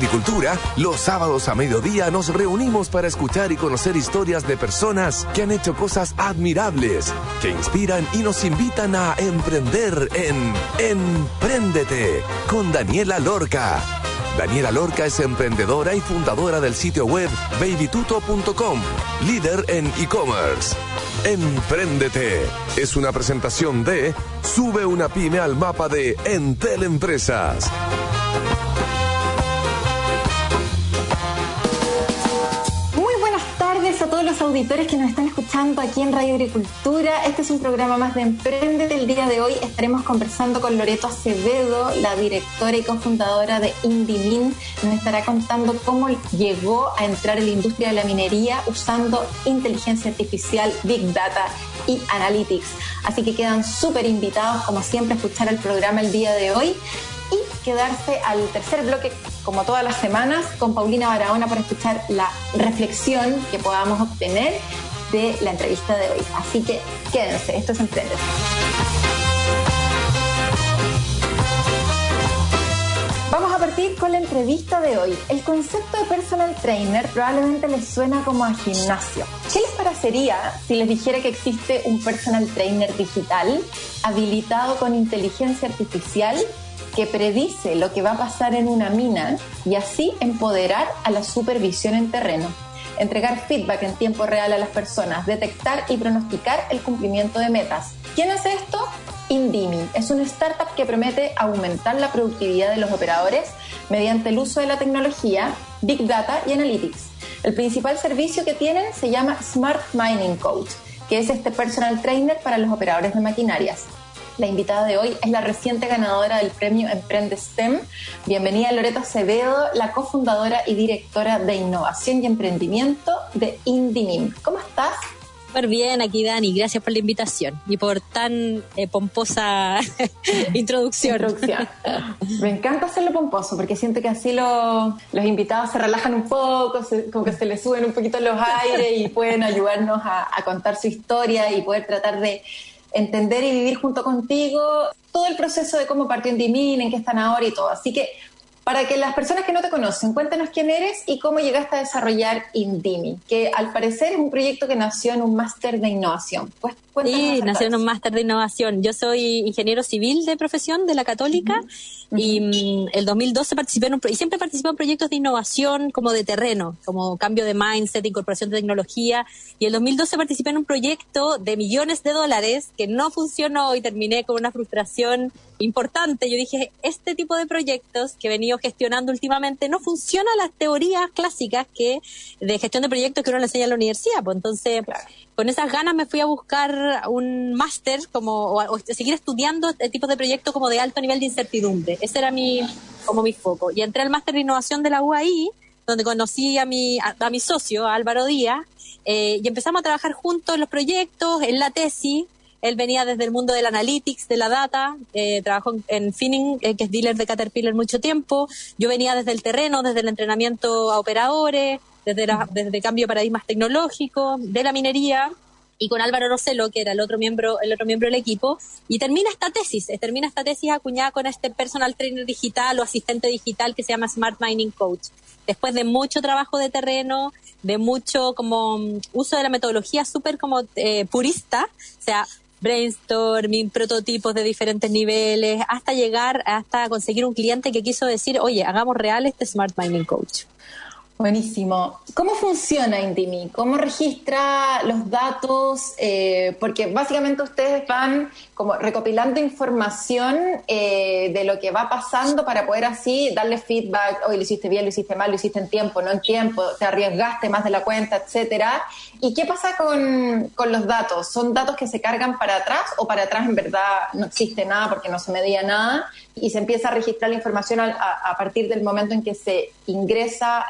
Agricultura, los sábados a mediodía nos reunimos para escuchar y conocer historias de personas que han hecho cosas admirables, que inspiran y nos invitan a emprender en Empréndete con Daniela Lorca. Daniela Lorca es emprendedora y fundadora del sitio web babytuto.com, líder en e-commerce. Empréndete es una presentación de Sube una pyme al mapa de Entel Empresas. A todos los auditores que nos están escuchando aquí en Radio Agricultura. Este es un programa más de Emprendete. El día de hoy estaremos conversando con Loreto Acevedo, la directora y cofundadora de Indimin. Nos estará contando cómo llegó a entrar en la industria de la minería usando inteligencia artificial, Big Data y Analytics. Así que quedan súper invitados, como siempre, a escuchar el programa el día de hoy y quedarse al tercer bloque, como todas las semanas, con Paulina Barahona para escuchar la reflexión que podamos obtener de la entrevista de hoy. Así que quédense, esto es Emprendete. Vamos a partir con la entrevista de hoy. El concepto de personal trainer probablemente les suena como a gimnasio. ¿Qué les parecería si les dijera que existe un personal trainer digital habilitado con inteligencia artificial que predice lo que va a pasar en una mina y así empoderar a la supervisión en terreno, entregar feedback en tiempo real a las personas, detectar y pronosticar el cumplimiento de metas? ¿Quién hace esto? Indimi. Es una startup que promete aumentar la productividad de los operadores mediante el uso de la tecnología, Big Data y Analytics. El principal servicio que tienen se llama Smart Mining Coach, que es este personal trainer para los operadores de maquinarias. La invitada de hoy es la reciente ganadora del premio Emprende STEM. Bienvenida, Loreto Acevedo, la cofundadora y directora de innovación y emprendimiento de Indimin. ¿Cómo estás? Súper bien, aquí Dani, gracias por la invitación y por tan pomposa introducción. Me encanta hacerlo pomposo porque siento que así los invitados se relajan un poco, como que se les suben un poquito los aires y pueden ayudarnos a contar su historia y poder tratar de entender y vivir junto contigo todo el proceso de cómo partió Indimin, en qué están ahora y todo. Así que, para que las personas que no te conocen, cuéntanos quién eres y cómo llegaste a desarrollar Indimin, que al parecer es un proyecto que nació en un máster de innovación. Pues, sí, nació en un máster de innovación. Yo soy ingeniero civil de profesión de la Católica y el 2012 participé y siempre participé en proyectos de innovación como de terreno, como cambio de mindset, incorporación de tecnología. Y el 2012 participé en un proyecto de millones de dólares que no funcionó y terminé con una frustración importante. Yo dije, este tipo de proyectos que he venido gestionando últimamente no funcionan las teorías clásicas de gestión de proyectos que uno le enseña en la universidad. Pues entonces, con esas ganas me fui a buscar un máster o seguir estudiando este tipo de proyectos como de alto nivel de incertidumbre. Ese era mi foco. Y entré al máster de innovación de la UAI, donde conocí a mi socio, a Álvaro Díaz, y empezamos a trabajar juntos en los proyectos, en la tesis. Él venía desde el mundo del analytics, de la data, trabajó en Finning, que es dealer de Caterpillar mucho tiempo. Yo venía desde el terreno, desde el entrenamiento a operadores, desde cambio de paradigmas tecnológicos, de la minería, y con Álvaro Roselo, que era el otro miembro del equipo, y termina esta tesis acuñada con este personal trainer digital o asistente digital que se llama Smart Mining Coach. Después de mucho trabajo de terreno, de mucho como uso de la metodología súper como purista, o sea, brainstorming, prototipos de diferentes niveles, hasta conseguir un cliente que quiso decir, oye, hagamos real este Smart Mining Coach. Buenísimo. ¿Cómo funciona Indimin? ¿Cómo registra los datos? Porque básicamente ustedes van como recopilando información de lo que va pasando para poder así darle feedback. Oye, lo hiciste bien, lo hiciste mal, lo hiciste en tiempo, no en tiempo, te arriesgaste más de la cuenta, etcétera. ¿Y qué pasa con los datos? ¿Son datos que se cargan para atrás o para atrás en verdad no existe nada porque no se medía nada? Y se empieza a registrar la información a partir del momento en que se ingresa,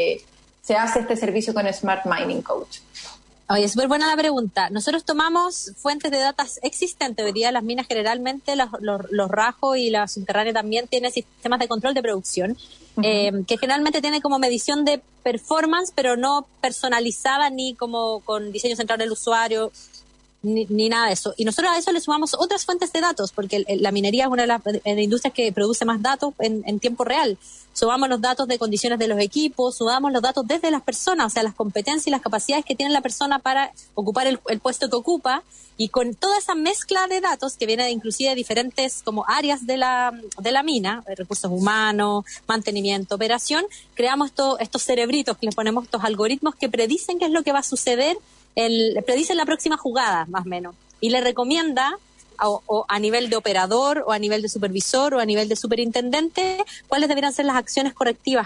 se hace este servicio con Smart Mining Coach. Oye, es súper buena la pregunta. Nosotros tomamos fuentes de datos existentes. Hoy día las minas generalmente, los rajos y la subterránea también tienen sistemas de control de producción, que generalmente tienen como medición de performance, pero no personalizada ni como con diseño centrado en el usuario. ni nada de eso. Y nosotros a eso le sumamos otras fuentes de datos, porque la minería es una de las industrias que produce más datos en tiempo real. Sumamos los datos de condiciones de los equipos, sumamos los datos desde las personas, o sea, las competencias y las capacidades que tiene la persona para ocupar el puesto que ocupa, y con toda esa mezcla de datos que viene de inclusive de diferentes como áreas de la mina, recursos humanos, mantenimiento, operación, creamos estos cerebritos que les ponemos, estos algoritmos que predicen qué es lo que va a suceder, predicen la próxima jugada, más o menos, y le recomienda o a nivel de operador, o a nivel de supervisor, o a nivel de superintendente, cuáles deberían ser las acciones correctivas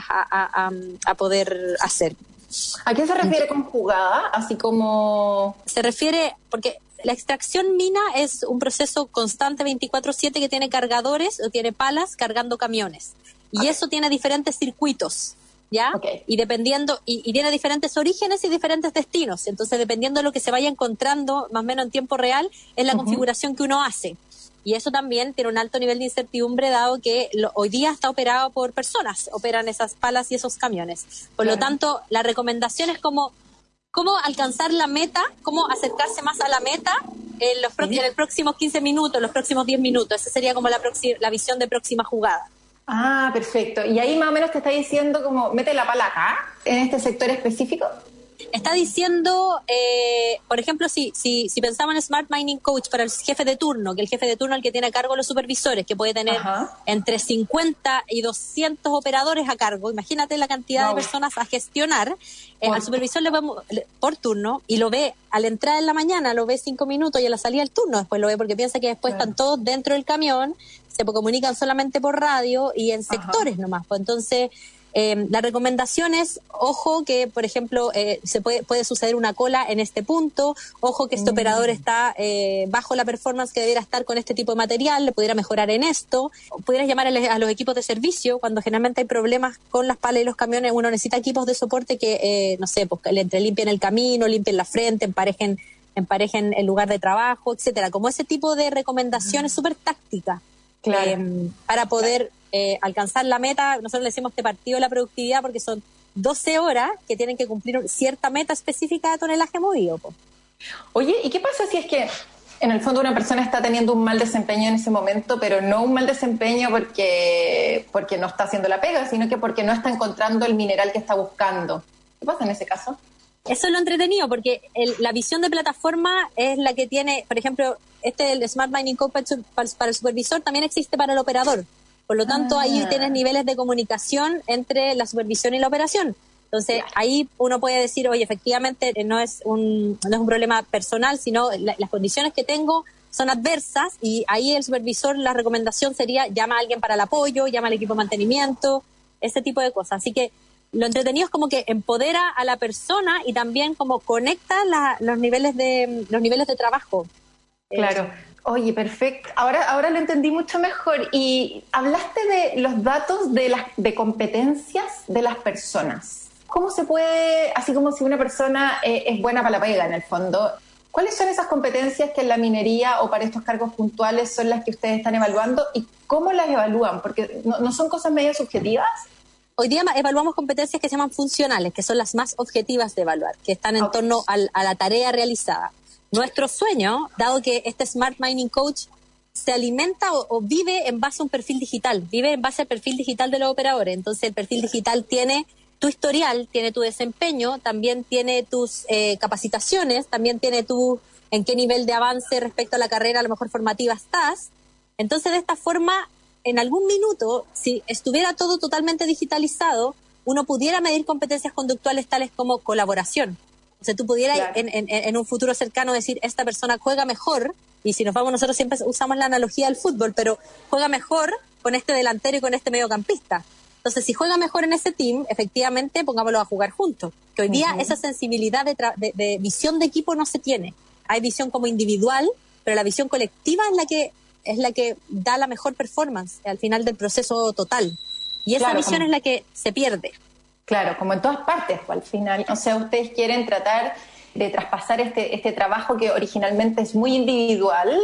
a poder hacer. ¿A qué se refiere con jugada? Así como... Se refiere, porque la extracción mina es un proceso constante 24/7 que tiene cargadores o tiene palas cargando camiones. Y eso tiene diferentes circuitos, ¿ya? Y dependiendo, y tiene diferentes orígenes y diferentes destinos. Entonces, dependiendo de lo que se vaya encontrando más o menos en tiempo real, es la configuración que uno hace. Y eso también tiene un alto nivel de incertidumbre, dado que hoy día está operado por personas, operan esas palas y esos camiones. Por lo tanto, la recomendación es cómo alcanzar la meta, cómo acercarse más a la meta en los próximos 15 minutos, los próximos 10 minutos. Esa sería como la visión de próxima jugada. Ah, perfecto. Y ahí más o menos te está diciendo como, mete la pala acá, en este sector específico. Está diciendo, por ejemplo, si pensamos en Smart Mining Coach para el jefe de turno, que el jefe de turno es el que tiene a cargo los supervisores, que puede tener entre 50 y 200 operadores a cargo. Imagínate la cantidad de personas a gestionar. Al supervisor le podemos, por turno, y lo ve a la entrada en la mañana, lo ve 5 minutos, y a la salida del turno después lo ve, porque piensa que después están todos dentro del camión, se comunican solamente por radio y en sectores nomás. Pues entonces... la recomendación es, ojo que, por ejemplo, se puede suceder una cola en este punto, ojo que este operador está bajo la performance que debiera estar con este tipo de material, le pudiera mejorar en esto, pudieras llamar a los equipos de servicio, cuando generalmente hay problemas con las palas y los camiones, uno necesita equipos de soporte que, no sé, pues que limpien el camino, limpien la frente, emparejen el lugar de trabajo, etcétera. Como ese tipo de recomendaciones súper tácticas para poder... alcanzar la meta. Nosotros le decimos este partido de la productividad porque son 12 horas que tienen que cumplir cierta meta específica de tonelaje movido. Oye, ¿y qué pasa si es que en el fondo una persona está teniendo un mal desempeño en ese momento, pero no un mal desempeño porque no está haciendo la pega, sino que porque no está encontrando el mineral que está buscando? ¿Qué pasa en ese caso? Eso es lo entretenido, porque la visión de plataforma es la que tiene, por ejemplo, el Smart Mining Code para el supervisor también existe para el operador. Por lo tanto, ahí tienes niveles de comunicación entre la supervisión y la operación. Entonces, ahí uno puede decir, oye, efectivamente no es un problema personal, sino las condiciones que tengo son adversas, y ahí el supervisor, la recomendación sería llama a alguien para el apoyo, llama al equipo de mantenimiento, ese tipo de cosas. Así que lo entretenido es como que empodera a la persona y también como conecta los niveles de trabajo. Claro. Oye, perfecto. Ahora lo entendí mucho mejor. Y hablaste de los datos de competencias de las personas. ¿Cómo se puede, así como si una persona es buena para la pega en el fondo, cuáles son esas competencias que en la minería o para estos cargos puntuales son las que ustedes están evaluando y cómo las evalúan? Porque no son cosas medio subjetivas. Hoy día evaluamos competencias que se llaman funcionales, que son las más objetivas de evaluar, que están en torno a la tarea realizada. Nuestro sueño, dado que este Smart Mining Coach se alimenta o vive en base a un perfil digital, vive en base al perfil digital de los operadores. Entonces el perfil digital tiene tu historial, tiene tu desempeño, también tiene tus capacitaciones, también tiene en qué nivel de avance respecto a la carrera a lo mejor formativa estás. Entonces de esta forma, en algún minuto, si estuviera todo totalmente digitalizado, uno pudiera medir competencias conductuales tales como colaboración. O sea, tú pudieras en un futuro cercano decir, esta persona juega mejor, y si nos vamos, nosotros siempre usamos la analogía del fútbol, pero juega mejor con este delantero y con este mediocampista. Entonces, si juega mejor en ese team, efectivamente, pongámoslo a jugar juntos. Que hoy día esa sensibilidad de visión de equipo no se tiene. Hay visión como individual, pero la visión colectiva es la que da la mejor performance al final del proceso total. Y esa visión es la que se pierde. Claro, como en todas partes, pues, al final. O sea, ustedes quieren tratar de traspasar este trabajo que originalmente es muy individual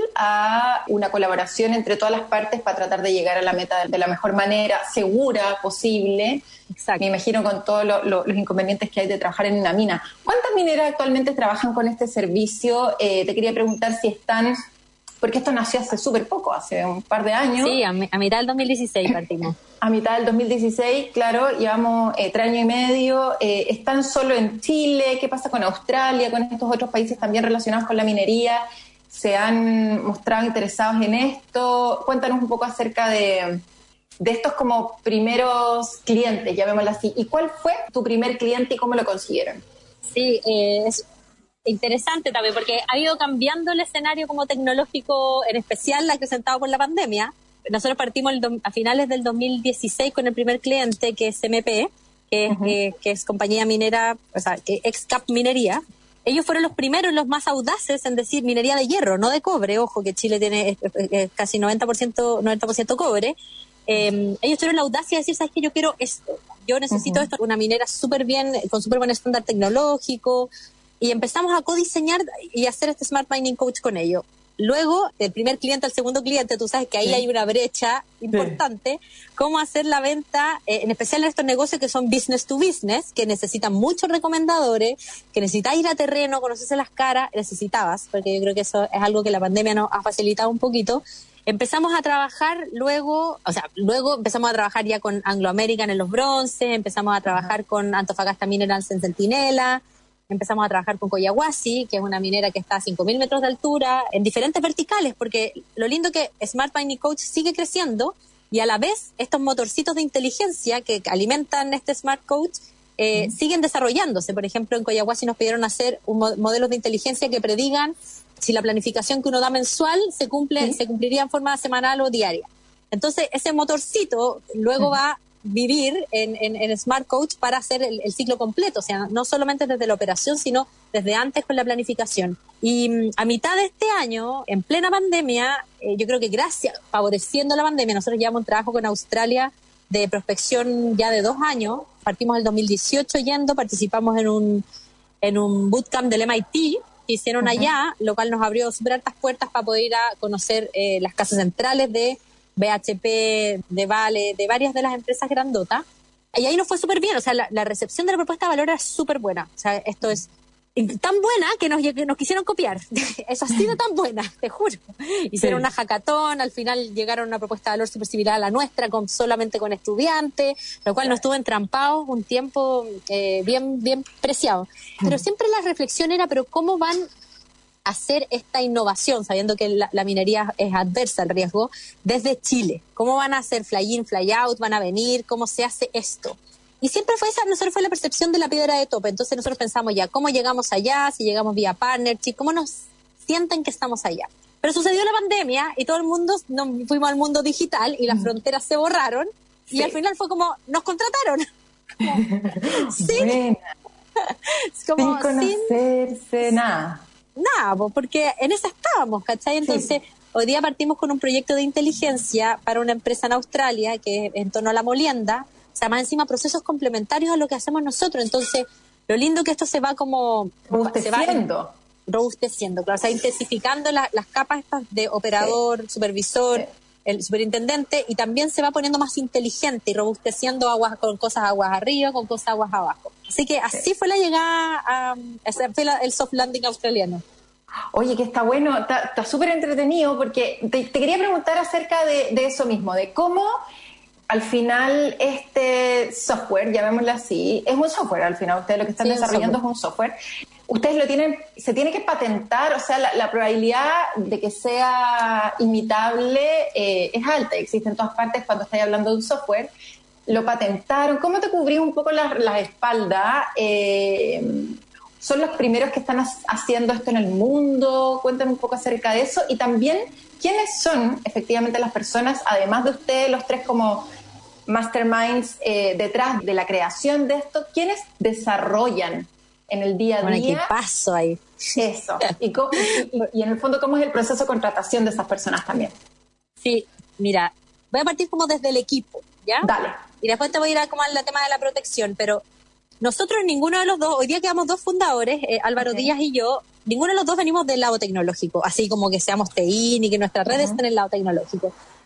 a una colaboración entre todas las partes para tratar de llegar a la meta de la mejor manera segura posible. Me imagino con todos los inconvenientes que hay de trabajar en una mina. ¿Cuántas mineras actualmente trabajan con este servicio? Te quería preguntar si están... Porque esto nació hace súper poco, hace un par de años. Sí, a mitad del 2016 partimos. A mitad del 2016, claro, llevamos 3 años y medio. ¿Están solo en Chile? ¿Qué pasa con Australia, con estos otros países también relacionados con la minería? ¿Se han mostrado interesados en esto? Cuéntanos un poco acerca de estos como primeros clientes, llamémoslo así. ¿Y cuál fue tu primer cliente y cómo lo consiguieron? Sí, es interesante también porque ha ido cambiando el escenario como tecnológico, en especial acrecentado por la pandemia. Nosotros partimos a finales del 2016 con el primer cliente, que es MP, que es compañía minera, o sea, que Excap Minería. Ellos fueron los primeros, los más audaces en decir minería de hierro, no de cobre. Ojo que Chile tiene casi 90% cobre. Ellos tuvieron la audacia de decir, ¿sabes qué? Yo quiero esto. Yo necesito esto. Una minera súper bien, con súper buen estándar tecnológico. Y empezamos a codiseñar y hacer este Smart Mining Coach con ellos. Luego, del primer cliente al segundo cliente, tú sabes que ahí hay una brecha importante. Cómo hacer la venta, en especial en estos negocios que son business to business, que necesitan muchos recomendadores, que necesitas ir a terreno, conocerse las caras, necesitabas, porque yo creo que eso es algo que la pandemia nos ha facilitado un poquito. Empezamos a trabajar luego empezamos a trabajar ya con Anglo American en los bronces, empezamos a trabajar con Antofagasta Minerals en Centinela, empezamos a trabajar con Coyahuasi, que es una minera que está a 5.000 metros de altura, en diferentes verticales, porque lo lindo que Smart Mining Coach sigue creciendo y a la vez estos motorcitos de inteligencia que alimentan este Smart Coach siguen desarrollándose. Por ejemplo, en Coyahuasi nos pidieron hacer modelos de inteligencia que predigan si la planificación que uno da mensual se cumpliría en forma semanal o diaria. Entonces, ese motorcito luego va vivir en Smart Coach para hacer el ciclo completo, o sea, no solamente desde la operación, sino desde antes con la planificación. Y a mitad de este año, en plena pandemia, yo creo que favoreciendo la pandemia, nosotros llevamos un trabajo con Australia de prospección ya de 2 años, partimos el 2018 participamos en un bootcamp del MIT que hicieron allá, lo cual nos abrió súper altas puertas para poder ir a conocer las casas centrales de BHP, de Vale, de varias de las empresas grandotas. Y ahí nos fue súper bien, o sea, la recepción de la propuesta de valor era súper buena. O sea, esto es tan buena que nos quisieron copiar. Eso ha sido tan buena, te juro. Hicieron una hackathon, al final llegaron a una propuesta de valor súper similar a la nuestra, solamente con estudiantes, lo cual nos estuvo entrampados un tiempo bien preciado. Pero siempre la reflexión era, pero ¿cómo van hacer esta innovación, sabiendo que la minería es adversa al riesgo, desde Chile? ¿Cómo van a hacer fly in, fly out? ¿Van a venir? ¿Cómo se hace esto? Y siempre nosotros fue la percepción de la piedra de tope. Entonces nosotros pensamos ya, ¿cómo llegamos allá? Si llegamos vía partnership, ¿cómo nos sienten que estamos allá? Pero sucedió la pandemia y todo el mundo, fuimos al mundo digital y las fronteras se borraron y al final fue como, nos contrataron. Sin conocerse nada. Nada, porque en esa estábamos, ¿cachai? Entonces, hoy día partimos con un proyecto de inteligencia para una empresa en Australia que es en torno a la molienda, o sea, más encima procesos complementarios a lo que hacemos nosotros. Entonces, lo lindo que esto se va como... robusteciendo, claro, o sea, intensificando las capas estas de operador, supervisor, el superintendente, y también se va poniendo más inteligente y robusteciendo con cosas aguas arriba, con cosas aguas abajo. Así que así fue la llegada el soft landing australiano. Oye, que está bueno, está súper entretenido, porque te quería preguntar acerca de eso mismo, de cómo al final este software, llamémoslo así, es un software al final, ustedes lo que están desarrollando es un software. Ustedes se tiene que patentar, o sea, la probabilidad de que sea imitable es alta, existe en todas partes cuando estáis hablando de un software. Lo patentaron, ¿cómo te cubrís un poco la espalda? ¿Son los primeros que están haciendo esto en el mundo? Cuéntame un poco acerca de eso. Y también, ¿quiénes son efectivamente las personas, además de ustedes, los 3 como masterminds detrás de la creación de esto? ¿Quiénes desarrollan en el día a día? ¿Qué paso ahí? Eso. Y en el fondo, ¿cómo es el proceso de contratación de esas personas también? Sí, mira, voy a partir como desde el equipo, ¿ya? Dale. Y después te voy a ir a como al tema de la protección, pero nosotros ninguno de los dos, hoy día quedamos 2 fundadores, Álvaro Díaz y yo, ninguno de los dos venimos del lado tecnológico, así como que seamos TI ni que nuestras redes estén en el lado tecnológico.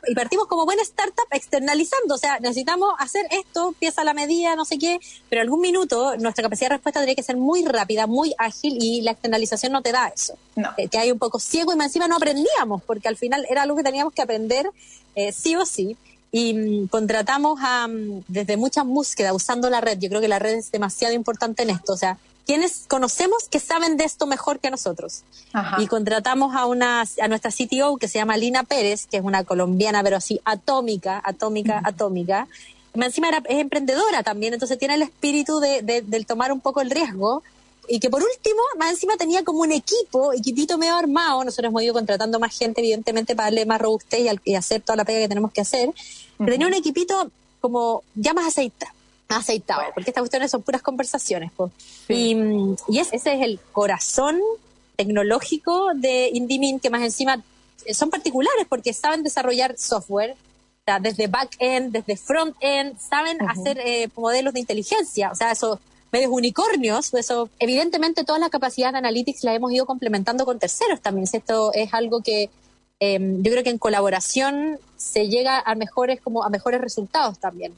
y partimos como buena startup externalizando, o sea, necesitamos hacer esto, pieza a la medida, no sé qué, pero en algún minuto nuestra capacidad de respuesta tendría que ser muy rápida, muy ágil, y la externalización no te da eso. No. Que hay un poco ciego y más encima no aprendíamos, porque al final era algo que teníamos que aprender sí o sí. Y contratamos desde muchas búsquedas usando la red. Yo creo que la red es demasiado importante en esto, o sea, quienes conocemos que saben de esto mejor que nosotros. Ajá. Y contratamos a nuestra CTO, que se llama Lina Pérez, que es una colombiana, pero así atómica. Encima es emprendedora también, entonces tiene el espíritu del tomar un poco el riesgo. Y que por último, más encima tenía como un equipito medio armado. Nosotros hemos ido contratando más gente, evidentemente, para darle más robustez y hacer toda la pega que tenemos que hacer. Pero tenía un equipito como ya más aceitado, porque estas cuestiones son puras conversaciones, pues. Sí. Y ese es el corazón tecnológico de Indimin, que más encima son particulares porque saben desarrollar software, o sea, desde back-end, desde front-end, saben hacer modelos de inteligencia, o sea, esos medios unicornios, eso, evidentemente todas las capacidades de analytics las hemos ido complementando con terceros también. Esto es algo que yo creo que en colaboración se llega a mejores resultados también.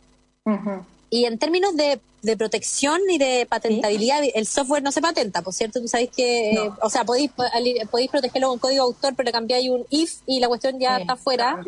Y en términos de protección y de patentabilidad, el software no se patenta, por cierto, tú sabes que, no. O sea, podéis protegerlo con código autor, pero le cambiáis un if y la cuestión ya está fuera.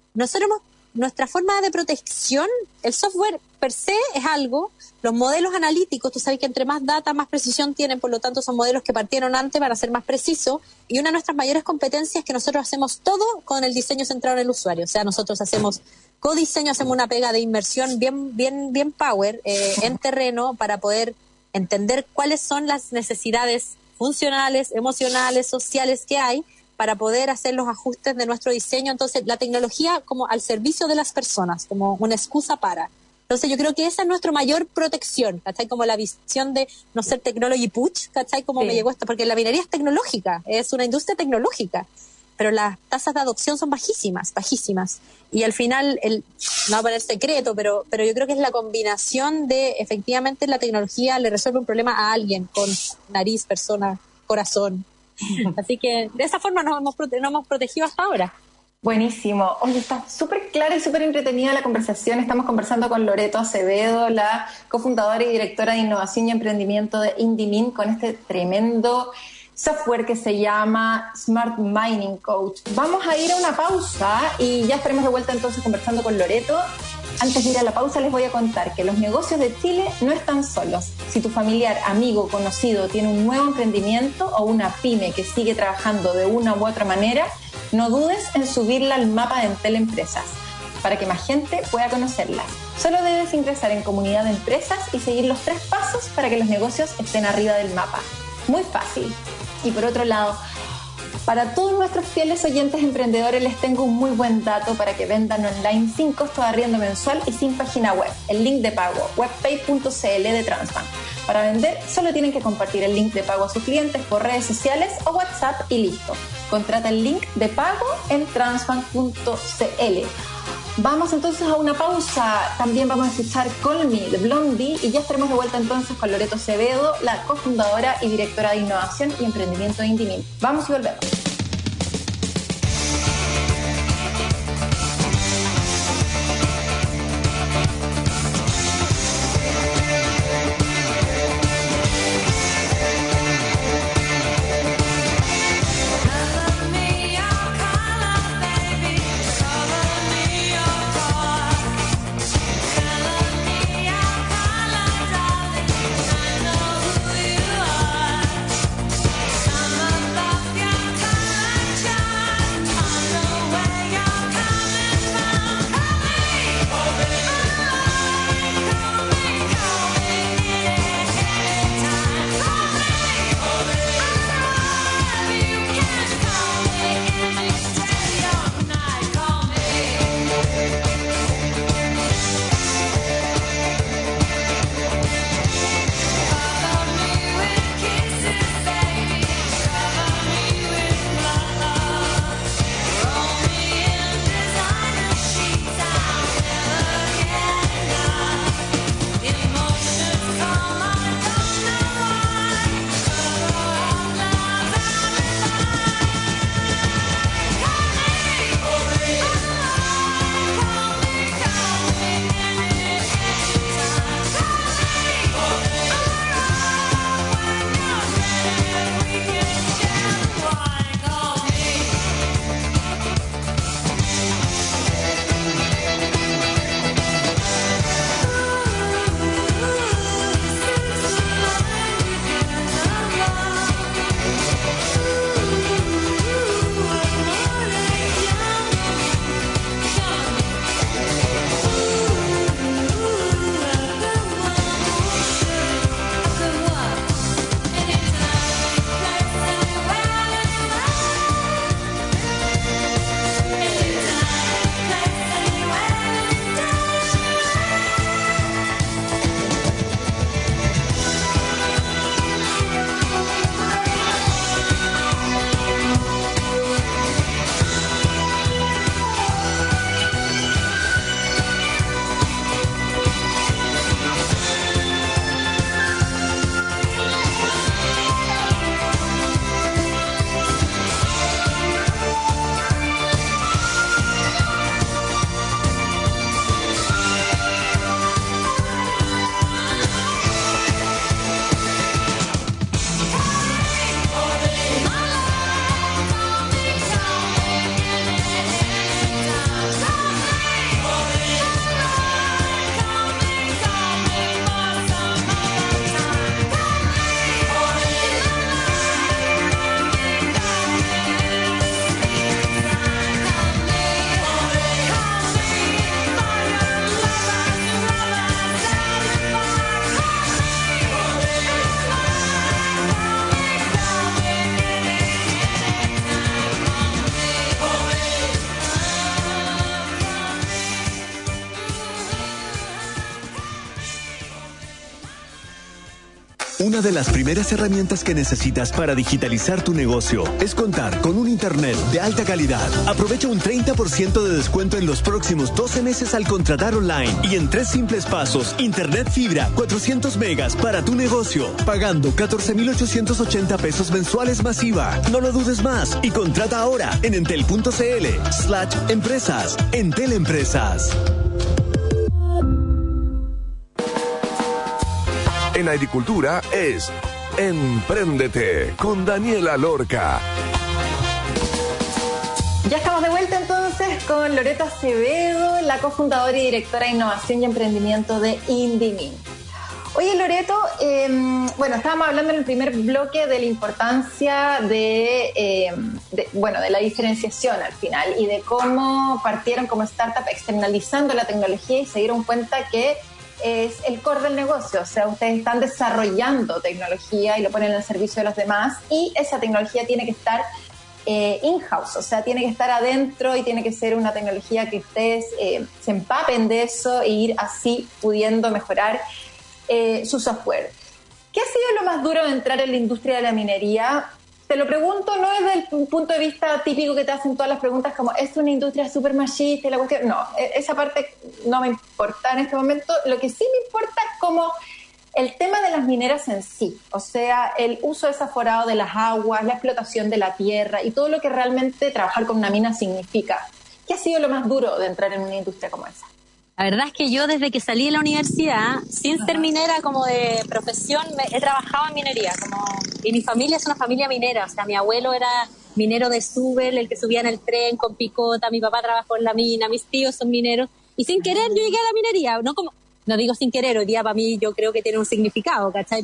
Nuestra forma de protección, el software per se es algo, los modelos analíticos, tú sabes que entre más data, más precisión tienen, por lo tanto son modelos que partieron antes para ser más precisos, y una de nuestras mayores competencias es que nosotros hacemos todo con el diseño centrado en el usuario, o sea, nosotros hacemos codiseño, hacemos una pega de inmersión bien power en terreno para poder entender cuáles son las necesidades funcionales, emocionales, sociales que hay, para poder hacer los ajustes de nuestro diseño. Entonces, la tecnología como al servicio de las personas, como una excusa para. Entonces, yo creo que esa es nuestra mayor protección, ¿cachai? Como la visión de no ser technology putsch, ¿cachai? Como me llegó esto, porque la minería es tecnológica, es una industria tecnológica, pero las tasas de adopción son bajísimas. Y al final, no va a poner secreto, pero yo creo que es la combinación de, efectivamente, la tecnología le resuelve un problema a alguien con nariz, persona, corazón. Así que de esa forma nos hemos protegido hasta ahora. Buenísimo. Oye, está súper clara y súper entretenida la conversación. Estamos conversando con Loreto Acevedo, la cofundadora y directora de innovación y emprendimiento de Indimin, con este tremendo software que se llama Smart Mining Coach. Vamos a ir a una pausa y ya estaremos de vuelta entonces conversando con Loreto. Antes de ir a la pausa les voy a contar que los negocios de Chile no están solos. Si tu familiar, amigo, conocido tiene un nuevo emprendimiento o una pyme que sigue trabajando de una u otra manera, no dudes en subirla al mapa de Entel Empresas para que más gente pueda conocerlas. Solo debes ingresar en Comunidad de Empresas y seguir los 3 pasos para que los negocios estén arriba del mapa. Muy fácil. Y por otro lado, para todos nuestros fieles oyentes emprendedores les tengo un muy buen dato para que vendan online sin costo de arriendo mensual y sin página web. El link de pago, webpay.cl de Transbank. Para vender solo tienen que compartir el link de pago a sus clientes por redes sociales o WhatsApp y listo. Contrata el link de pago en transbank.cl. Vamos entonces a una pausa. También vamos a escuchar Call Me de Blondie y ya estaremos de vuelta entonces con Loreto Acevedo, la cofundadora y directora de innovación y emprendimiento de Indimin. Vamos y volvemos. Una de las primeras herramientas que necesitas para digitalizar tu negocio es contar con un internet de alta calidad. Aprovecha un 30% de descuento en los próximos 12 meses al contratar online y en 3 simples pasos, internet fibra 400 megas para tu negocio, pagando 14,880 pesos mensuales masiva. No lo dudes más y contrata ahora en entel.cl/empresas. Entel Empresas. En agricultura es Empréndete con Daniela Lorca. Ya estamos de vuelta entonces con Loreto Acevedo, la cofundadora y directora de Innovación y Emprendimiento de Indimin. Oye, Loreto, estábamos hablando en el primer bloque de la importancia de la diferenciación al final y de cómo partieron como startup externalizando la tecnología y se dieron cuenta que es el core del negocio. O sea, ustedes están desarrollando tecnología y lo ponen al servicio de los demás y esa tecnología tiene que estar in-house, o sea, tiene que estar adentro y tiene que ser una tecnología que ustedes se empapen de eso e ir así pudiendo mejorar su software. ¿Qué ha sido lo más duro de entrar en la industria de la minería? Te lo pregunto no desde el punto de vista típico que te hacen todas las preguntas como ¿es una industria súper machista y la cuestión? No, esa parte no me importa en este momento. Lo que sí me importa es como el tema de las mineras en sí, o sea, el uso desaforado de las aguas, la explotación de la tierra y todo lo que realmente trabajar con una mina significa. ¿Qué ha sido lo más duro de entrar en una industria como esa? La verdad es que yo desde que salí de la universidad, sin ser minera como de profesión, he trabajado en minería. Y mi familia es una familia minera, o sea, mi abuelo era minero de Súbel, el que subía en el tren con picota, mi papá trabajó en la mina, mis tíos son mineros, y sin querer yo llegué a la minería, no digo sin querer, hoy día para mí yo creo que tiene un significado, ¿cachai?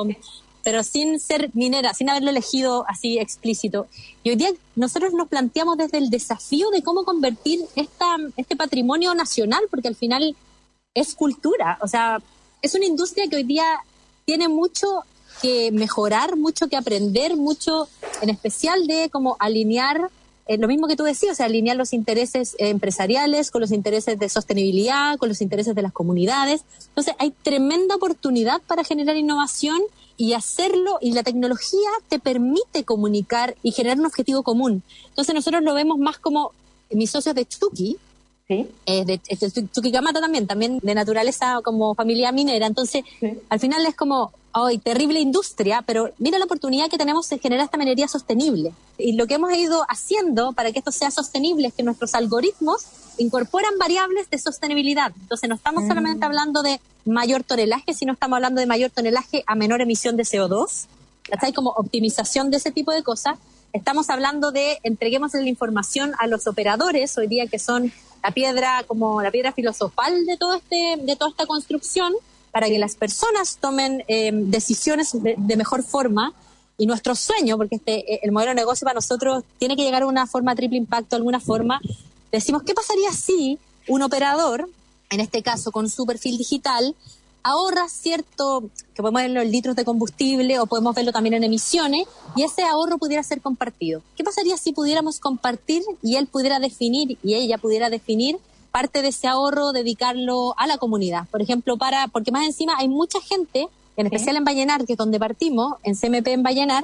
Pero sin ser minera, sin haberlo elegido así explícito. Y hoy día nosotros nos planteamos desde el desafío de cómo convertir este patrimonio nacional, porque al final es cultura, o sea, es una industria que hoy día tiene mucho que mejorar, mucho que aprender, mucho en especial de cómo alinear, lo mismo que tú decías, o sea, alinear los intereses empresariales con los intereses de sostenibilidad, con los intereses de las comunidades. Entonces hay tremenda oportunidad para generar innovación y hacerlo, y la tecnología te permite comunicar y generar un objetivo común. Entonces nosotros lo vemos más como mis socios de Chucky, ¿sí? de Chuquicamata también de naturaleza como familia minera. Entonces, sí, al final es como, ¡ay, terrible industria! Pero mira la oportunidad que tenemos de generar esta minería sostenible. Y lo que hemos ido haciendo para que esto sea sostenible es que nuestros algoritmos incorporan variables de sostenibilidad. Entonces, no estamos solamente hablando de mayor tonelaje, sino estamos hablando de mayor tonelaje a menor emisión de CO2. ¿Cachai? Como optimización de ese tipo de cosas. Estamos hablando de entreguemos la información a los operadores hoy día, que son la piedra filosofal de toda esta construcción, para que las personas tomen decisiones de mejor forma. Y nuestro sueño, porque el modelo de negocio para nosotros tiene que llegar a una forma triple impacto, de alguna forma, decimos, ¿qué pasaría si un operador, en este caso con su perfil digital, ahorra cierto, que podemos verlo en litros de combustible o podemos verlo también en emisiones, y ese ahorro pudiera ser compartido? ¿Qué pasaría si pudiéramos compartir y él pudiera definir y ella pudiera definir parte de ese ahorro, dedicarlo a la comunidad? Por ejemplo, porque más encima hay mucha gente, en especial en Vallenar, que es donde partimos, en CMP en Vallenar,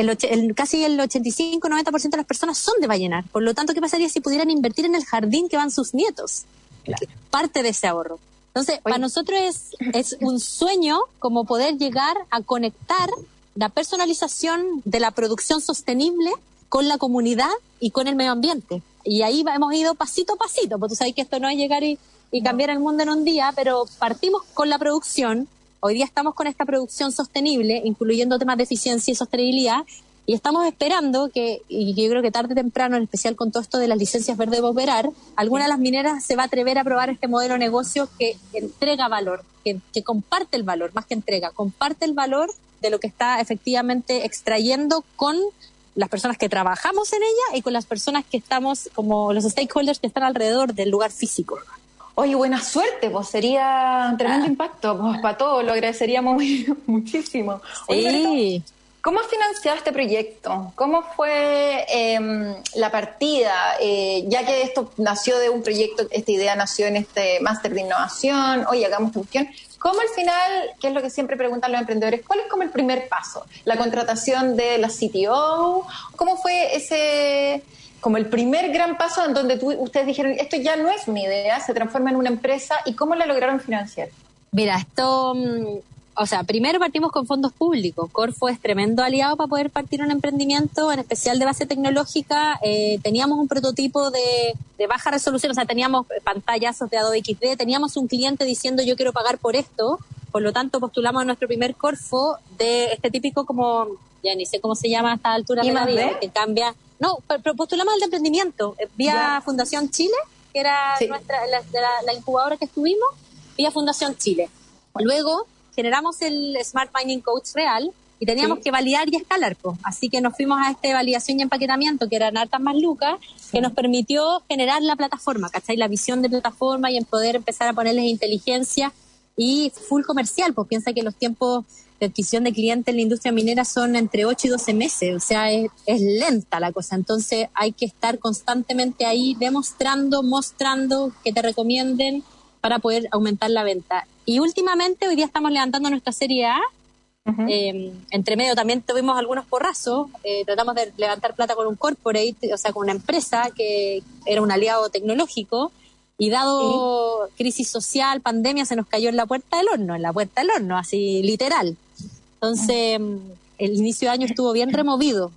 casi el 85-90% de las personas son de Vallenar. Por lo tanto, ¿qué pasaría si pudieran invertir en el jardín que van sus nietos? Claro. Parte de ese ahorro. Entonces, para nosotros es un sueño como poder llegar a conectar la personalización de la producción sostenible con la comunidad y con el medio ambiente. Y ahí hemos ido pasito a pasito, porque tú sabes que esto no es llegar y cambiar el mundo en un día, pero partimos con la producción. Hoy día estamos con esta producción sostenible, incluyendo temas de eficiencia y sostenibilidad, y estamos esperando y yo creo que tarde o temprano, en especial con todo esto de las licencias verdes para operar, alguna de las mineras se va a atrever a probar este modelo de negocio que entrega valor, que comparte el valor, más que entrega, comparte el valor de lo que está efectivamente extrayendo con las personas que trabajamos en ella y con las personas que estamos, como los stakeholders que están alrededor del lugar físico. Oye, buena suerte, pues sería un tremendo impacto, pues para todos lo agradeceríamos muchísimo. Oye, sí. ¿Cómo has financiado este proyecto? ¿Cómo fue la partida? Ya que esto nació de un proyecto, esta idea nació en este máster de innovación, oye, hagamos esta cuestión. ¿Cómo al final, que es lo que siempre preguntan los emprendedores, cuál es como el primer paso? ¿La contratación de la CTO? ¿Cómo fue ese, como el primer gran paso en donde ustedes dijeron, esto ya no es mi idea, se transforma en una empresa, y cómo la lograron financiar? Mira, esto... O sea, primero partimos con fondos públicos. Corfo es tremendo aliado para poder partir un emprendimiento, en especial de base tecnológica. Teníamos un prototipo de baja resolución, o sea, teníamos pantallazos de Adobe XD, teníamos un cliente diciendo yo quiero pagar por esto, por lo tanto postulamos a nuestro primer Corfo de este típico como, ya ni sé cómo se llama a esta altura de la vida, que cambia. No, pero postulamos al de emprendimiento, vía Fundación Chile, que era la incubadora que estuvimos, vía Fundación Chile. Luego generamos el Smart Mining Coach real y teníamos que validar y escalar, así que nos fuimos a esta validación y empaquetamiento que eran hartas más lucas, que nos permitió generar la plataforma, ¿cachai? La visión de plataforma y en poder empezar a ponerles inteligencia y full comercial, pues piensa que los tiempos de adquisición de clientes en la industria minera son entre 8 y 12 meses, o sea, es lenta la cosa, entonces hay que estar constantemente ahí demostrando, mostrando, que te recomienden para poder aumentar la venta. Y últimamente, hoy día estamos levantando nuestra serie A. Entre medio también tuvimos algunos porrazos. Tratamos de levantar plata con un corporate, o sea, con una empresa que era un aliado tecnológico. Y dado crisis social, pandemia, se nos cayó en la puerta del horno, así literal. Entonces, el inicio de año estuvo bien removido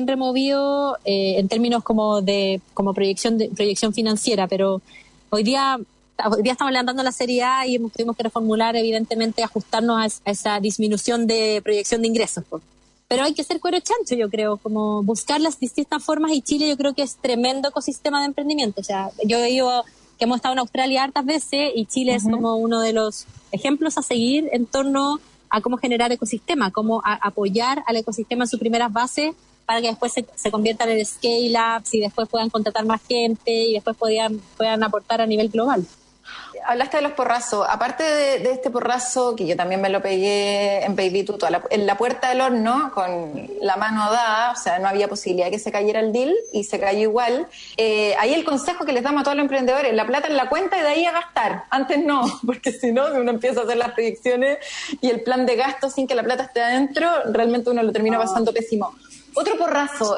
en términos como proyección financiera, pero hoy día estamos levantando la serie A y tuvimos que reformular, evidentemente, ajustarnos a esa disminución de proyección de ingresos. Pero hay que ser cuero chancho, yo creo, como buscar las distintas formas, y Chile yo creo que es tremendo ecosistema de emprendimiento. O sea, yo digo que hemos estado en Australia hartas veces y Chile es como uno de los ejemplos a seguir en torno a cómo generar ecosistema, cómo apoyar al ecosistema en sus primeras bases para que después se conviertan en scale-ups y después puedan contratar más gente y después puedan aportar a nivel global. Hablaste de los porrazos. Aparte de este porrazo, que yo también me lo pegué en Baby Tuto, en la puerta del horno, con la mano dada, o sea, no había posibilidad de que se cayera el deal, y se cayó igual. Ahí el consejo que les damos a todos los emprendedores, la plata en la cuenta y de ahí a gastar. Antes no, porque si no, uno empieza a hacer las proyecciones y el plan de gasto sin que la plata esté adentro, realmente uno lo termina pasando pésimo. Otro porrazo,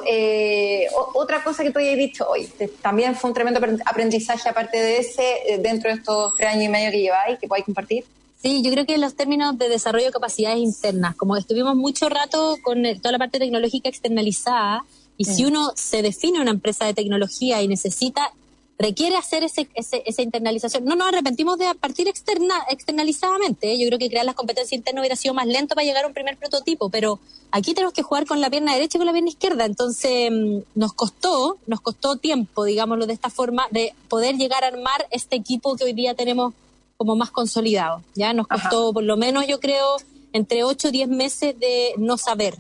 otra cosa que tú hayas dicho hoy, también fue un tremendo aprendizaje aparte de ese, dentro de estos 3 años y medio que lleváis, que podáis compartir. Sí, yo creo que en los términos de desarrollo de capacidades internas, como estuvimos mucho rato con toda la parte tecnológica externalizada, y si uno se define una empresa de tecnología y requiere hacer esa internalización. No nos arrepentimos de partir externalizadamente. Yo creo que crear las competencias internas hubiera sido más lento para llegar a un primer prototipo, pero aquí tenemos que jugar con la pierna derecha y con la pierna izquierda. Entonces nos costó tiempo, digámoslo de esta forma, de poder llegar a armar este equipo que hoy día tenemos como más consolidado. Ya nos costó por lo menos, yo creo, entre 8 o 10 meses de no saber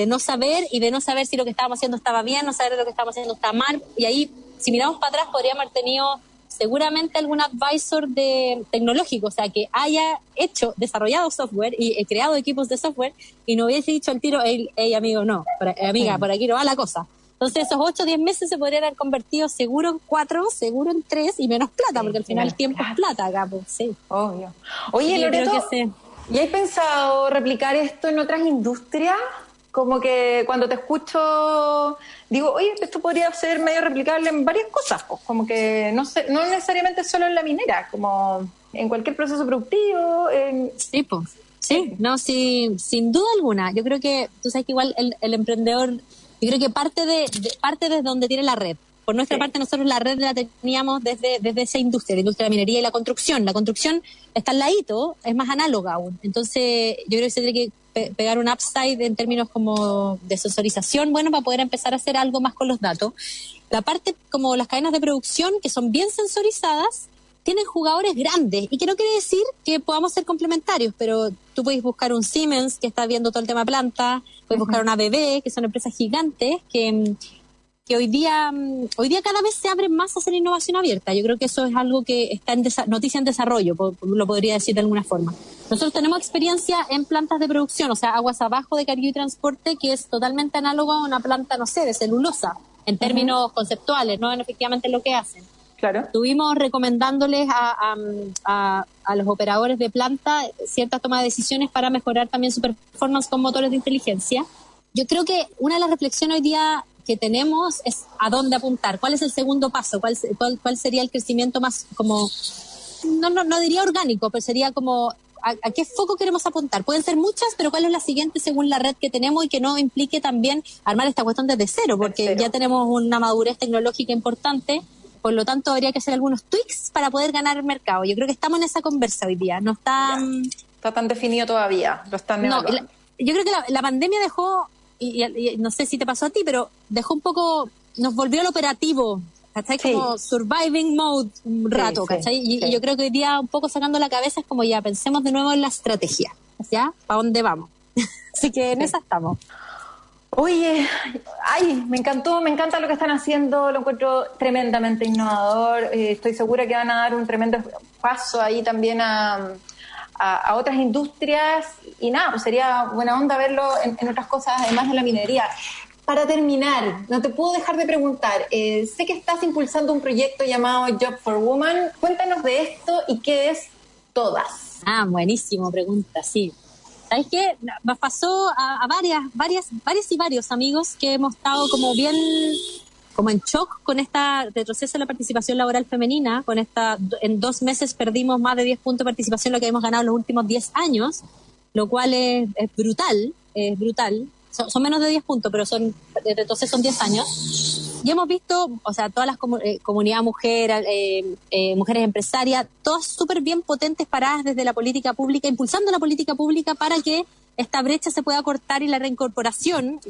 y de no saber si lo que estábamos haciendo estaba bien, no saber si lo que estábamos haciendo está mal, y ahí, si miramos para atrás, podríamos haber tenido seguramente algún advisor tecnológico, o sea, que haya desarrollado software y creado equipos de software y no hubiese dicho al tiro, hey amigo, no, amiga, por aquí no va la cosa. Entonces esos 8 o 10 meses se podrían haber convertido seguro en 4, seguro en 3 y menos plata, porque al final el tiempo es plata acá, pues sí. Obvio. Oye, sí, Loreto, ¿y has pensado replicar esto en otras industrias? Como que cuando te escucho, digo, oye, esto podría ser medio replicable en varias cosas, pues, como que no necesariamente solo en la minera, como en cualquier proceso productivo. Sí, pues. Sí, no, sí, sin duda alguna. Yo creo que, tú sabes que igual el emprendedor, yo creo que parte desde donde tiene la red. Por nuestra parte, nosotros la red la teníamos desde esa industria, la industria de la minería y la construcción. La construcción está al ladito, es más análoga aún. Entonces, yo creo que se tiene que pegar un upside en términos como de sensorización, bueno, para poder empezar a hacer algo más con los datos. La parte como las cadenas de producción, que son bien sensorizadas, tienen jugadores grandes, y que no quiere decir que podamos ser complementarios, pero tú puedes buscar un Siemens que está viendo todo el tema planta, puedes buscar una ABB, que son empresas gigantes que hoy día cada vez se abren más a hacer innovación abierta. Yo creo que eso es algo que está noticia en desarrollo, lo podría decir de alguna forma. Nosotros tenemos experiencia en plantas de producción, o sea, aguas abajo de Carguillo y Transporte, que es totalmente análogo a una planta, no sé, de celulosa, en términos conceptuales, no en efectivamente lo que hacen. Claro. Estuvimos recomendándoles a los operadores de planta ciertas tomas de decisiones para mejorar también su performance con motores de inteligencia. Yo creo que una de las reflexiones hoy día que tenemos es a dónde apuntar, cuál es el segundo paso, cuál sería el crecimiento más como, no diría orgánico, pero sería como a qué foco queremos apuntar. Pueden ser muchas, pero cuál es la siguiente según la red que tenemos y que no implique también armar esta cuestión desde cero, porque ya tenemos una madurez tecnológica importante. Por lo tanto, habría que hacer algunos tweaks para poder ganar el mercado. Yo creo que estamos en esa conversa hoy día. No está... está tan definido todavía. Lo están evaluando. Yo creo que la pandemia dejó, y no sé si te pasó a ti, pero dejó un poco... Nos volvió al operativo, ¿cachai? Como surviving mode un rato, ¿cachai? Y yo creo que hoy día un poco sacando la cabeza es como ya, pensemos de nuevo en la estrategia, ¿ya? ¿Para dónde vamos? Así que en esa estamos. Oye, me encanta lo que están haciendo, lo encuentro tremendamente innovador, estoy segura que van a dar un tremendo paso ahí también a otras industrias y nada, pues sería buena onda verlo en otras cosas además de la minería. Para terminar, no te puedo dejar de preguntar, sé que estás impulsando un proyecto llamado Job for Women, cuéntanos de esto y qué es Todas. Buenísimo pregunta, sí. ¿Sabes qué? Nos pasó a varios amigos que hemos estado como bien como en shock con esta retroceso de la participación laboral femenina, en 2 meses perdimos más de 10 puntos de participación, lo que hemos ganado en los últimos 10 años, lo cual es brutal. Son menos de 10 puntos, pero el retroceso son 10 años. Y hemos visto, o sea, todas las comunidades mujeres empresarias, todas súper bien potentes paradas desde la política pública, impulsando la política pública para que esta brecha se pueda cortar y la reincorporación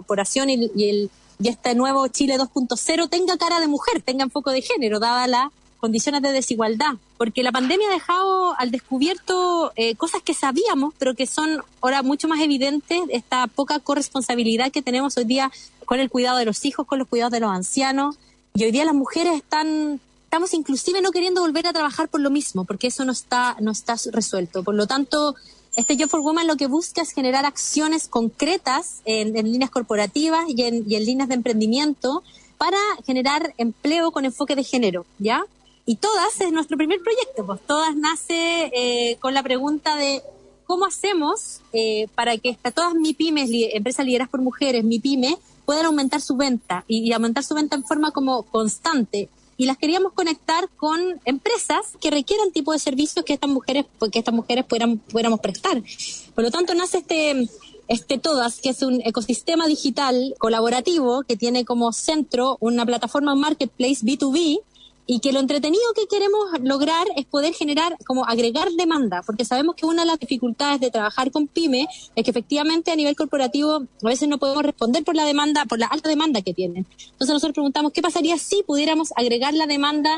y este nuevo Chile 2.0 tenga cara de mujer, tenga enfoque de género, dadas las condiciones de desigualdad. Porque la pandemia ha dejado al descubierto cosas que sabíamos, pero que son ahora mucho más evidentes, esta poca corresponsabilidad que tenemos hoy día con el cuidado de los hijos, con los cuidados de los ancianos. Y hoy día las mujeres estamos inclusive no queriendo volver a trabajar por lo mismo, porque eso no está resuelto. Por lo tanto, este Job for Women lo que busca es generar acciones concretas en líneas corporativas y en líneas de emprendimiento para generar empleo con enfoque de género, ¿ya? Y Todas es nuestro primer proyecto, pues Todas nace con la pregunta de cómo hacemos para que todas MIPYMES, empresas lideradas por mujeres, MIPYME, puedan aumentar su venta y aumentar su venta en forma como constante. Y las queríamos conectar con empresas que requieran tipo de servicios que estas mujeres pudiéramos prestar. Por lo tanto, nace este Todas, que es un ecosistema digital colaborativo que tiene como centro una plataforma marketplace B2B, y que lo entretenido que queremos lograr es poder generar, como agregar demanda, porque sabemos que una de las dificultades de trabajar con pyme es que efectivamente a nivel corporativo a veces no podemos responder por la alta demanda que tienen. Entonces nosotros preguntamos qué pasaría si pudiéramos agregar la demanda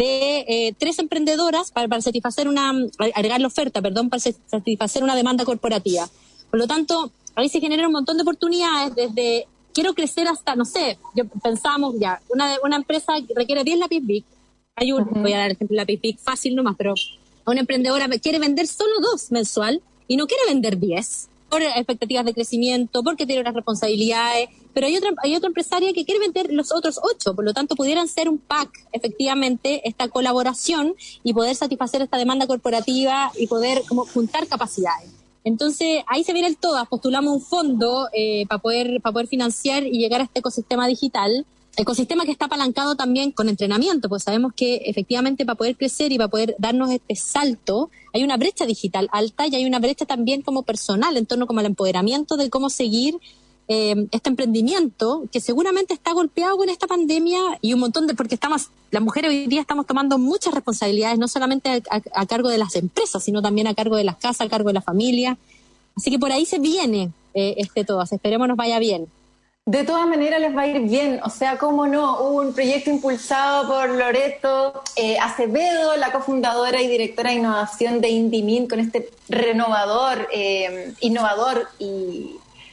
de 3 emprendedoras para satisfacer agregar la oferta, para satisfacer una demanda corporativa. Por lo tanto, ahí se generan un montón de oportunidades desde quiero crecer hasta, no sé, pensamos ya, una empresa requiere 10 lápiz Bic, voy a dar el ejemplo de lápiz Bic fácil nomás, pero una emprendedora quiere vender solo 2 mensual y no quiere vender 10 por expectativas de crecimiento, porque tiene unas responsabilidades, pero hay otra empresaria que quiere vender los otros 8, por lo tanto pudieran ser un pack, efectivamente, esta colaboración y poder satisfacer esta demanda corporativa y poder como juntar capacidades. Entonces, ahí se viene el Todas, postulamos un fondo para poder financiar y llegar a este ecosistema digital, ecosistema que está apalancado también con entrenamiento, pues sabemos que efectivamente para poder crecer y para poder darnos este salto, hay una brecha digital alta y hay una brecha también como personal en torno como al empoderamiento de cómo seguir este emprendimiento que seguramente está golpeado con esta pandemia y un montón porque las mujeres hoy día estamos tomando muchas responsabilidades, no solamente a cargo de las empresas, sino también a cargo de las casas, a cargo de la familia. Así que por ahí se viene Todas, esperemos nos vaya bien. De todas maneras les va a ir bien, o sea, cómo no, hubo un proyecto impulsado por Loreto Acevedo, la cofundadora y directora de innovación de Indimin, con este innovador y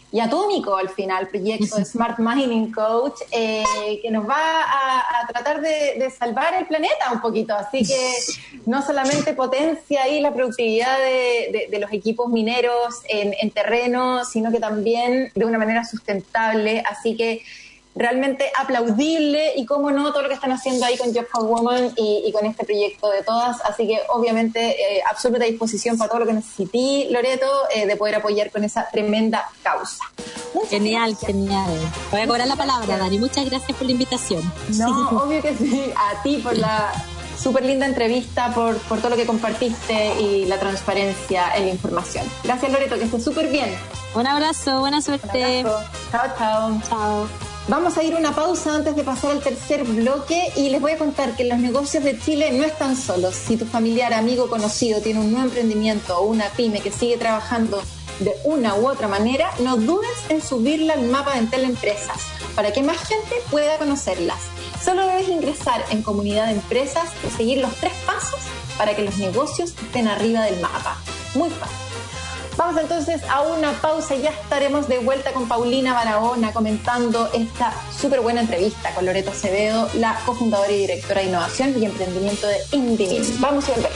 y atómico al final, proyecto de Smart Mining Coach, que nos va a tratar de salvar el planeta un poquito. Así que no solamente potencia ahí la productividad de los equipos mineros en terreno, sino que también de una manera sustentable. Así que realmente aplaudible, y cómo no, todo lo que están haciendo ahí con Job for Women y con este proyecto de todas. Así que obviamente absoluta disposición para todo lo que necesité, Loreto, de poder apoyar con esa tremenda causa. Genial. Voy a cobrar la palabra, Dani. Muchas gracias por la invitación. No, obvio que sí. A ti por la súper linda entrevista, por todo lo que compartiste y la transparencia en la información. Gracias, Loreto, que estés súper bien. Un abrazo, buena suerte. Un abrazo. Chao. Vamos a ir a una pausa antes de pasar al tercer bloque, y les voy a contar que los negocios de Chile no están solos. Si tu familiar, amigo, conocido tiene un nuevo emprendimiento o una pyme que sigue trabajando de una u otra manera, no dudes en subirla al mapa de Entel Empresas para que más gente pueda conocerlas. Solo debes ingresar en Comunidad de Empresas y seguir los 3 pasos para que los negocios estén arriba del mapa. Muy fácil. Vamos entonces a una pausa y ya estaremos de vuelta con Paulina Barahona comentando esta súper buena entrevista con Loreto Acevedo, la cofundadora y directora de Innovación y Emprendimiento de Indimin. Vamos y volvemos.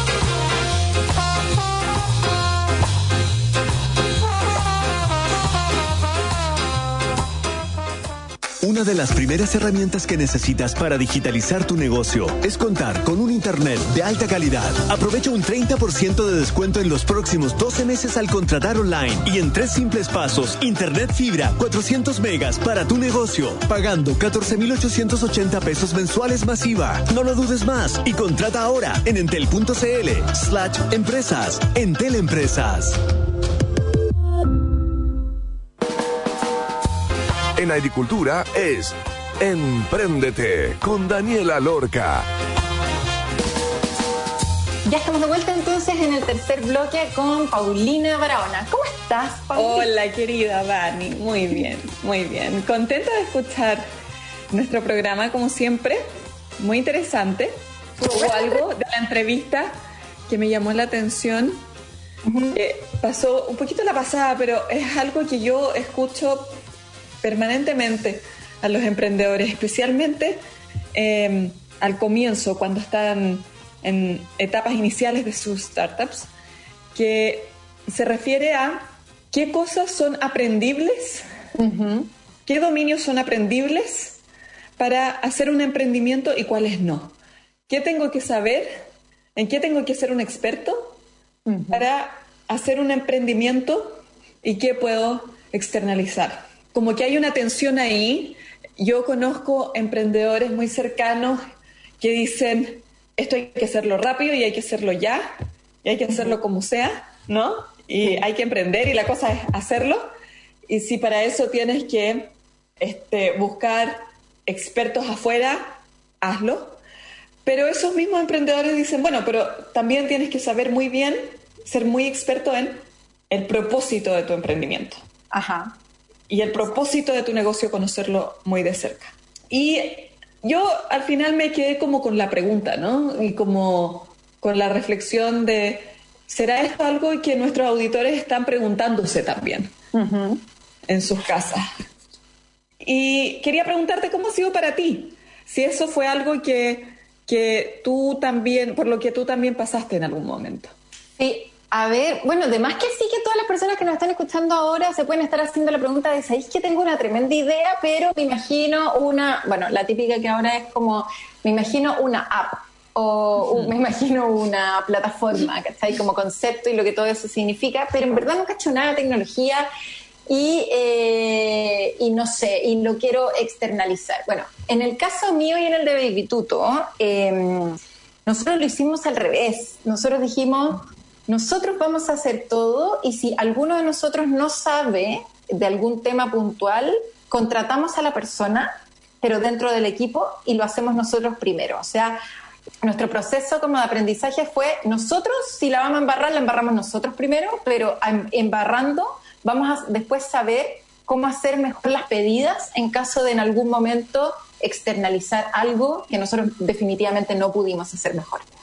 Una de las primeras herramientas que necesitas para digitalizar tu negocio es contar con un internet de alta calidad. Aprovecha un 30% de descuento en los próximos 12 meses al contratar online y en 3 simples pasos, internet fibra 400 megas para tu negocio, pagando 14,880 pesos mensuales masiva. No lo dudes más y contrata ahora en entel.cl/empresas. Entel Empresas. En agricultura es Empréndete con Daniela Lorca. Ya estamos de vuelta entonces en el tercer bloque con Paulina Barahona. ¿Cómo estás, Paulina? Hola, querida Dani. Muy bien, muy bien. Contenta de escuchar nuestro programa, como siempre. Muy interesante. Hubo algo de la entrevista que me llamó la atención. Pasó un poquito la pasada, pero es algo que yo escucho permanentemente a los emprendedores, especialmente al comienzo, cuando están en etapas iniciales de sus startups, que se refiere a qué cosas son aprendibles, qué dominios son aprendibles para hacer un emprendimiento y cuáles no. ¿Qué tengo que saber? ¿En qué tengo que ser un experto para hacer un emprendimiento y qué puedo externalizar? Como que hay una tensión ahí. Yo conozco emprendedores muy cercanos que dicen, esto hay que hacerlo rápido y hay que hacerlo ya, y hay que hacerlo como sea, ¿no? Y hay que emprender y la cosa es hacerlo. Y si para eso tienes que buscar expertos afuera, hazlo. Pero esos mismos emprendedores dicen, bueno, pero también tienes que saber muy bien, ser muy experto en el propósito de tu emprendimiento. Ajá. Y el propósito de tu negocio, conocerlo muy de cerca. Y yo al final me quedé como con la pregunta, ¿no? Y como con la reflexión de, ¿será esto algo que nuestros auditores están preguntándose también en sus casas? Y quería preguntarte cómo ha sido para ti, si eso fue algo que tú también, por lo que tú también pasaste en algún momento. Sí. A ver, bueno, además que sí, que todas las personas que nos están escuchando ahora se pueden estar haciendo la pregunta de, ¿sabéis que tengo una tremenda idea? Pero me imagino la típica que ahora es como, me imagino una app o me imagino una plataforma, ¿cachai? Como concepto y lo que todo eso significa, pero en verdad no cacho nada de tecnología y no sé, y lo quiero externalizar. Bueno, en el caso mío y en el de Baby Tuto, nosotros lo hicimos al revés. Nosotros dijimos, nosotros vamos a hacer todo, y si alguno de nosotros no sabe de algún tema puntual, contratamos a la persona, pero dentro del equipo, y lo hacemos nosotros primero. O sea, nuestro proceso como de aprendizaje fue, nosotros, si la vamos a embarrar, la embarramos nosotros primero, pero embarrando vamos a después saber cómo hacer mejor las pedidas en caso de en algún momento externalizar algo que nosotros definitivamente no pudimos hacer mejor.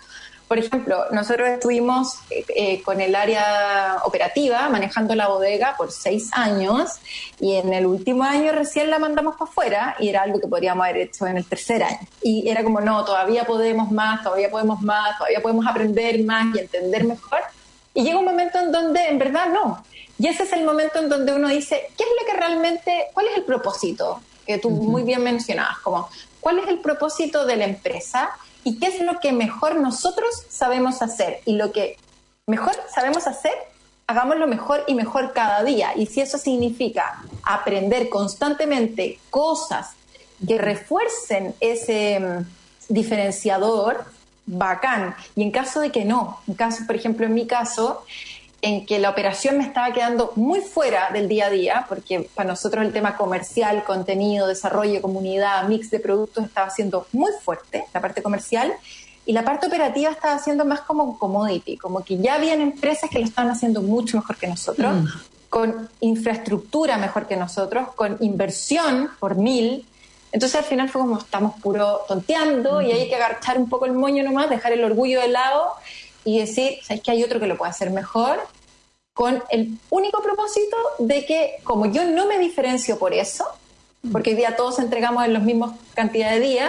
Por ejemplo, nosotros estuvimos con el área operativa manejando la bodega por 6 años y en el último año recién la mandamos para afuera y era algo que podríamos haber hecho en el tercer año. Y era como, no, todavía podemos más, todavía podemos aprender más y entender mejor. Y llega un momento en donde en verdad no. Y ese es el momento en donde uno dice, ¿qué es lo que realmente, cuál es el propósito? Que tú muy bien mencionabas, como, ¿cuál es el propósito de la empresa? ¿Y qué es lo que mejor nosotros sabemos hacer? Y lo que mejor sabemos hacer, hagámoslo mejor y mejor cada día. Y si eso significa aprender constantemente cosas que refuercen ese diferenciador, bacán. Y en caso de que no, por ejemplo, en mi caso, en que la operación me estaba quedando muy fuera del día a día, porque para nosotros el tema comercial, contenido, desarrollo, comunidad, mix de productos estaba siendo muy fuerte, la parte comercial, y la parte operativa estaba siendo más como commodity, como que ya habían empresas que lo estaban haciendo mucho mejor que nosotros, con infraestructura mejor que nosotros, con inversión por 1000. Entonces al final fue como estamos puro tonteando y hay que agachar un poco el moño nomás, dejar el orgullo de lado y decir, ¿sabes que hay otro que lo puede hacer mejor? Con el único propósito de que, como yo no me diferencio por eso, porque hoy día todos entregamos en los mismos cantidad de días,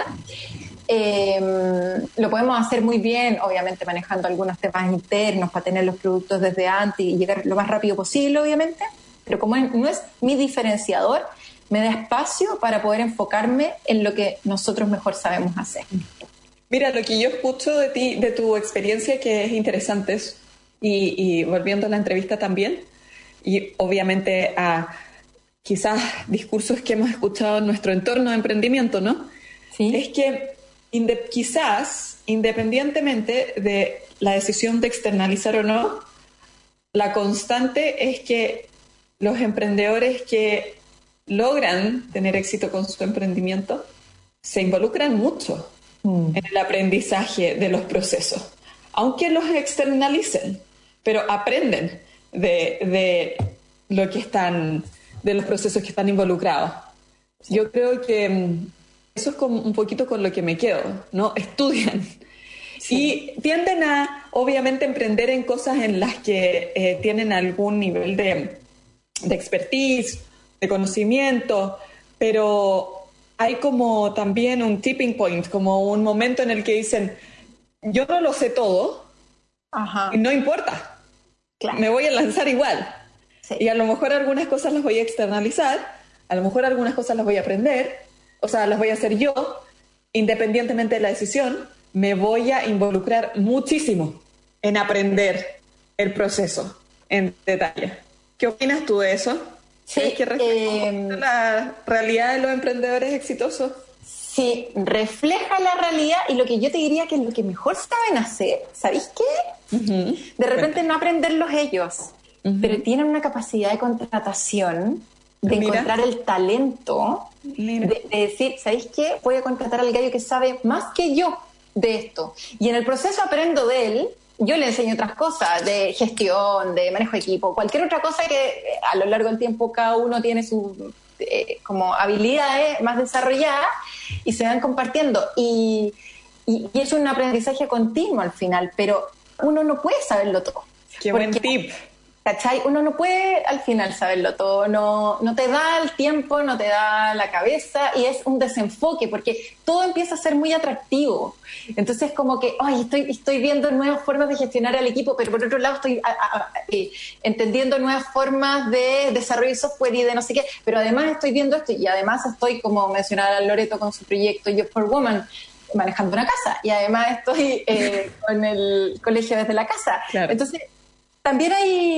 lo podemos hacer muy bien, obviamente manejando algunos temas internos para tener los productos desde antes y llegar lo más rápido posible, obviamente, pero como no es mi diferenciador, me da espacio para poder enfocarme en lo que nosotros mejor sabemos hacer. Mira, lo que yo escucho de ti, de tu experiencia, que es interesante, y volviendo a la entrevista también, y obviamente a quizás discursos que hemos escuchado en nuestro entorno de emprendimiento, ¿no? Sí. Es que quizás, independientemente de la decisión de externalizar o no, la constante es que los emprendedores que logran tener éxito con su emprendimiento se involucran mucho en el aprendizaje de los procesos, aunque los externalicen, pero aprenden de lo que están, de los procesos que están involucrados. Yo creo que eso es como un poquito con lo que me quedo, ¿no? Estudian y tienden a, obviamente, emprender en cosas en las que tienen algún nivel de expertise, de conocimiento, pero hay como también un tipping point, como un momento en el que dicen, yo no lo sé todo, y no importa, me voy a lanzar igual. Sí. Y a lo mejor algunas cosas las voy a externalizar, a lo mejor algunas cosas las voy a aprender, o sea, las voy a hacer yo, independientemente de la decisión, me voy a involucrar muchísimo en aprender el proceso en detalle. ¿Qué opinas tú de eso? Sí, ¿Crees que refleja la realidad de los emprendedores exitosos? Sí, refleja la realidad y lo que yo te diría que es lo que mejor saben hacer, ¿sabéis qué? De repente no aprenderlos ellos, pero tienen una capacidad de contratación, de encontrar el talento, de decir, ¿sabéis qué? Voy a contratar al gallo que sabe más que yo de esto. Y en el proceso aprendo de él. Yo le enseño otras cosas de gestión, de manejo de equipo, cualquier otra cosa que a lo largo del tiempo cada uno tiene sus como habilidades más desarrolladas y se van compartiendo. Y es un aprendizaje continuo al final, pero uno no puede saberlo todo. Qué buen tip. ¿Cachai? Uno no puede al final saberlo todo, no te da el tiempo, no te da la cabeza y es un desenfoque porque todo empieza a ser muy atractivo. Entonces como que estoy viendo nuevas formas de gestionar al equipo, pero por otro lado estoy entendiendo nuevas formas de desarrollo de software y de no sé qué, pero además estoy viendo esto y además estoy, como mencionaba Loreto con su proyecto Job for Women, manejando una casa y además estoy con el colegio desde la casa. Claro. Entonces también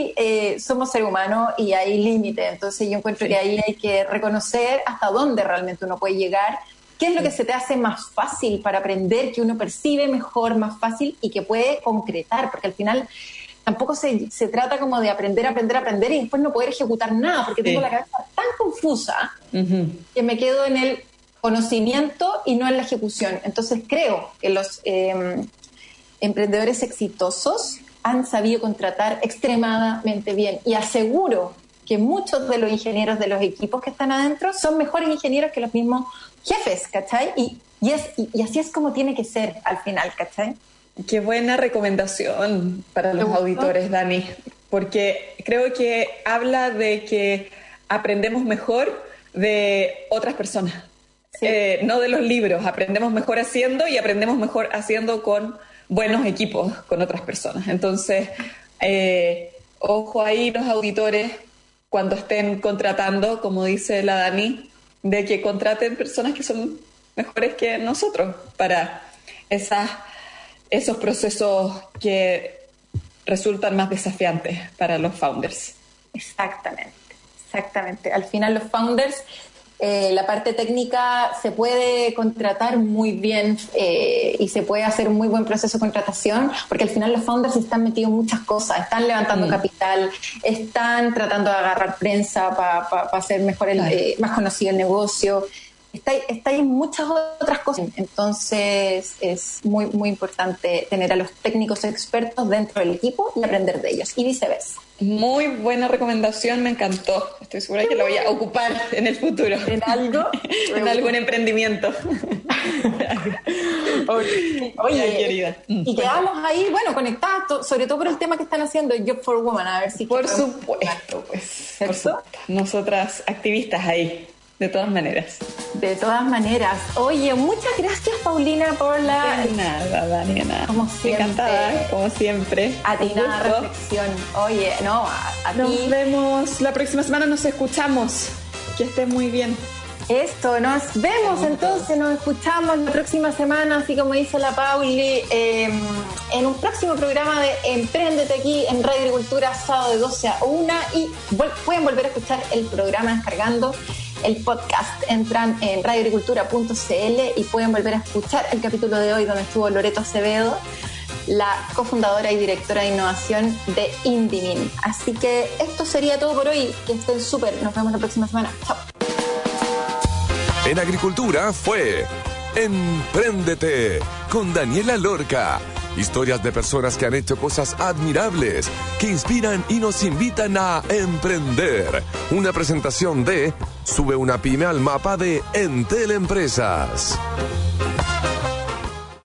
somos seres humanos y hay límites, entonces yo encuentro que ahí hay que reconocer hasta dónde realmente uno puede llegar, qué es lo que se te hace más fácil para aprender, que uno percibe mejor, más fácil y que puede concretar, porque al final tampoco se trata como de aprender y después no poder ejecutar nada, porque tengo la cabeza tan confusa que me quedo en el conocimiento y no en la ejecución. Entonces creo que los emprendedores exitosos han sabido contratar extremadamente bien y aseguro que muchos de los ingenieros de los equipos que están adentro son mejores ingenieros que los mismos jefes, ¿cachai? Y así es como tiene que ser al final, ¿cachai? Qué buena recomendación para los auditores, Dani, porque creo que habla de que aprendemos mejor de otras personas, sí. No de los libros. Aprendemos mejor haciendo y aprendemos mejor haciendo con buenos equipos, con otras personas. Entonces, ojo ahí los auditores cuando estén contratando, como dice la Dani, de que contraten personas que son mejores que nosotros para esos procesos que resultan más desafiantes para los founders. Exactamente. Al final los founders, la parte técnica se puede contratar muy bien y se puede hacer un muy buen proceso de contratación, porque al final los founders están metidos en muchas cosas, están levantando capital, están tratando de agarrar prensa para hacer mejor más conocido el negocio. Está en muchas otras cosas. Entonces es muy, muy importante tener a los técnicos expertos dentro del equipo y aprender de ellos, y viceversa. Muy buena recomendación, me encantó. Estoy segura que lo voy a ocupar en el futuro. ¿En algo? En algún emprendimiento. Oye, querida. Y quedamos ahí, conectados, sobre todo por el tema que están haciendo Job for Women. A ver si por supuesto, pues. Por supuesto. Nosotras activistas ahí. De todas maneras. Oye, muchas gracias, Paulina, por la... De nada, Dani, nada. Como siempre. Encantada, como siempre. A ti nada, reflexión. Oye, no, a ti. Nos vemos la próxima semana, nos escuchamos. Que estés muy bien. Nos vemos entonces, nos escuchamos la próxima semana, así como dice la Pauli, en un próximo programa de Empréndete aquí en Radio Agricultura, sábado de 12 a 1, y pueden volver a escuchar el programa descargando el podcast. Entran en radioagricultura.cl y pueden volver a escuchar el capítulo de hoy donde estuvo Loreto Acevedo, la cofundadora y directora de innovación de Indimin. Así que esto sería todo por hoy, que estén súper, nos vemos la próxima semana, chao. En Agricultura fue Empréndete con Daniela Lorca. Historias de personas que han hecho cosas admirables, que inspiran y nos invitan a emprender. Una presentación de Sube una pyme al mapa de Entel Empresas.